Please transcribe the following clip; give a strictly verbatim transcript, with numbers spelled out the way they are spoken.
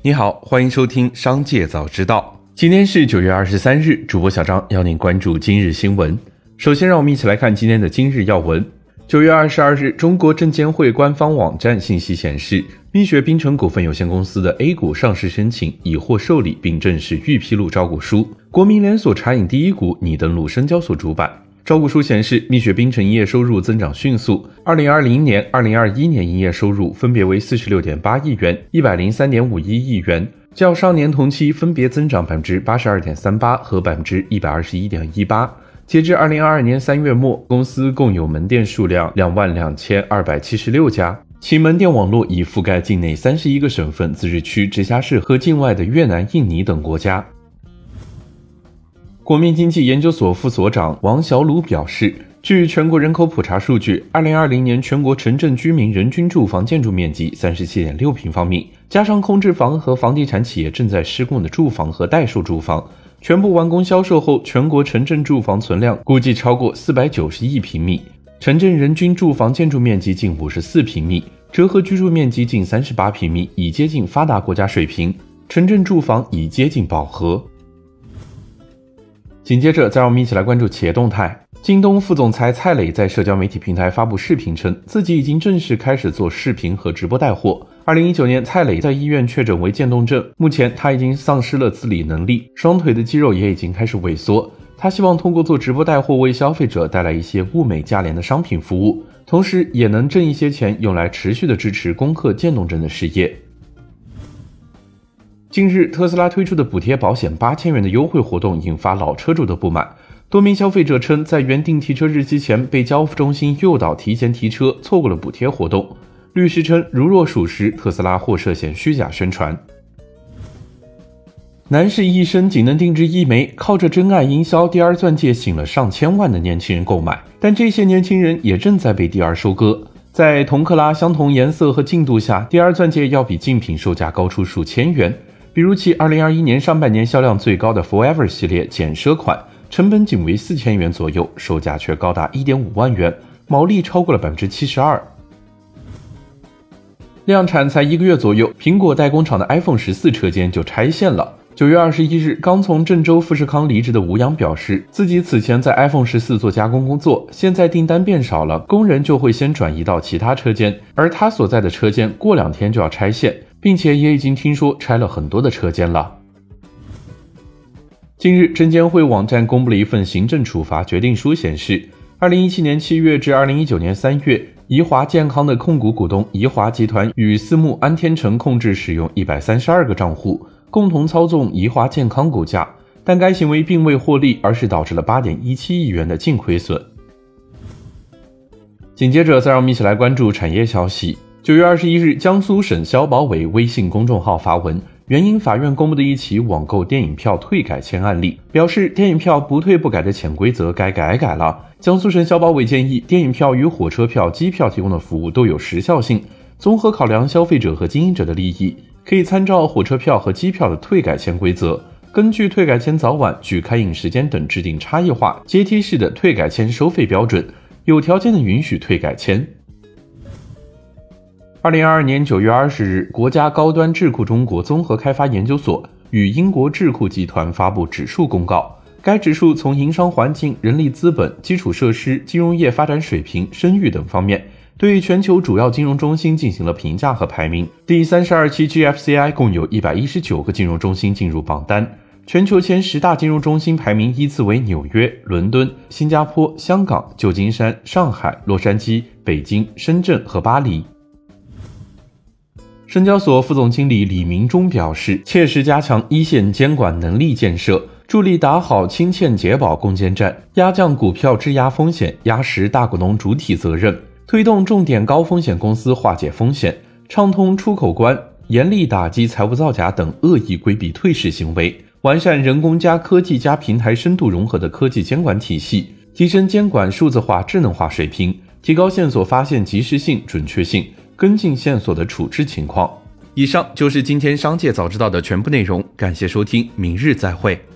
你好，欢迎收听商界早知道。今天是九月二十三日，主播小张邀您关注今日新闻。首先让我们一起来看今天的今日要闻。九月二十二日，中国证监会官方网站信息显示，蜜雪冰城股份有限公司的 A 股上市申请已获受理并正式预披露招股书，国民连锁茶饮第一股拟登陆深交所主板。招股书显示，蜜雪冰城营业收入增长迅速，二零二零年、二零二一年营业收入分别为 四十六点八亿元、一百零三点五一亿元，较上年同期分别增长 百分之八十二点三八 和 百分之一百二十一点一八。截至二零二二年三月末，公司共有门店数量两万两千二百七十六家，其门店网络已覆盖境内三十一个省份、自治区、直辖市和境外的越南、印尼等国家。国民经济研究所副所长王小鲁表示，据全国人口普查数据，二零二零年全国城镇居民人均住房建筑面积 三十七点六平方米，加上空置房和房地产企业正在施工的住房和待售住房，全部完工销售后，全国城镇住房存量估计超过四百九十亿平米，城镇人均住房建筑面积近五十四平米，折合居住面积近三十八平米，已接近发达国家水平，城镇住房已接近饱和。紧接着，再让我们一起来关注企业动态。京东副总裁蔡磊在社交媒体平台发布视频称，自己已经正式开始做视频和直播带货。二零一九年，蔡磊在医院确诊为渐冻症，目前他已经丧失了自理能力，双腿的肌肉也已经开始萎缩。他希望通过做直播带货为消费者带来一些物美价廉的商品服务，同时也能挣一些钱用来持续的支持攻克渐冻症的事业。近日，特斯拉推出的补贴保险八千元的优惠活动引发老车主的不满。多名消费者称，在原定提车日期前被交付中心诱导提前提车，错过了补贴活动。律师称，如若属实，特斯拉或涉嫌虚假宣传。男士一生仅能定制一枚，靠着真爱营销，第二钻戒吸引了上千万的年轻人购买，但这些年轻人也正在被第二收割。在同克拉、相同颜色和净度下，第二钻戒要比竞品售价高出数千元。比如其二零二一年上半年销量最高的 Forever 系列简奢款，成本仅为四千元左右，售价却高达 一点五万元，毛利超过了 百分之七十二。量产才一个月左右，苹果代工厂的 iPhone 十四车间就拆线了。九月二十一日，刚从郑州富士康离职的吴阳表示，自己此前在 iPhone 十四做加工工作，现在订单变少了，工人就会先转移到其他车间，而他所在的车间过两天就要拆线，并且也已经听说拆了很多的车间了。近日，证监会网站公布了一份行政处罚决定书，显示二零一七年七月至二零一九年三月，宜华健康的控股股东宜华集团与私募安天成控制使用一百三十二个账户，共同操纵宜华健康股价，但该行为并未获利，而是导致了 八点一七亿元的净亏损。紧接着，再让我们一起来关注产业消息。九月二十一日，江苏省消保委微信公众号发文，援引法院公布的一起网购电影票退改签案例，表示电影票不退不改的潜规则该改改了。江苏省消保委建议，电影票与火车票、机票提供的服务都有时效性，综合考量消费者和经营者的利益，可以参照火车票和机票的退改签规则，根据退改签早晚、距开营时间等制定差异化、阶梯式的退改签收费标准，有条件的允许退改签。二零二二年九月二十日，国家高端智库中国综合开发研究所与英国智库集团发布指数公告，该指数从营商环境、人力资本、基础设施、金融业发展水平、声誉等方面，对全球主要金融中心进行了评价和排名。第三十二期 G F C I 共有一百一十九个金融中心进入榜单，全球前十大金融中心排名依次为纽约、伦敦、新加坡、香港、旧金山、上海、洛杉矶、北京、深圳和巴黎。深交所副总经理李明忠表示，切实加强一线监管能力建设，助力打好清欠解保攻坚战，压降股票质押风险，压实大股东主体责任，推动重点高风险公司化解风险，畅通出口关，严厉打击财务造假等恶意规避退市行为，完善人工加科技加平台深度融合的科技监管体系，提升监管数字化智能化水平，提高线索发现及时性、准确性，跟进线索的处置情况。以上就是今天商界早知道的全部内容，感谢收听，明日再会。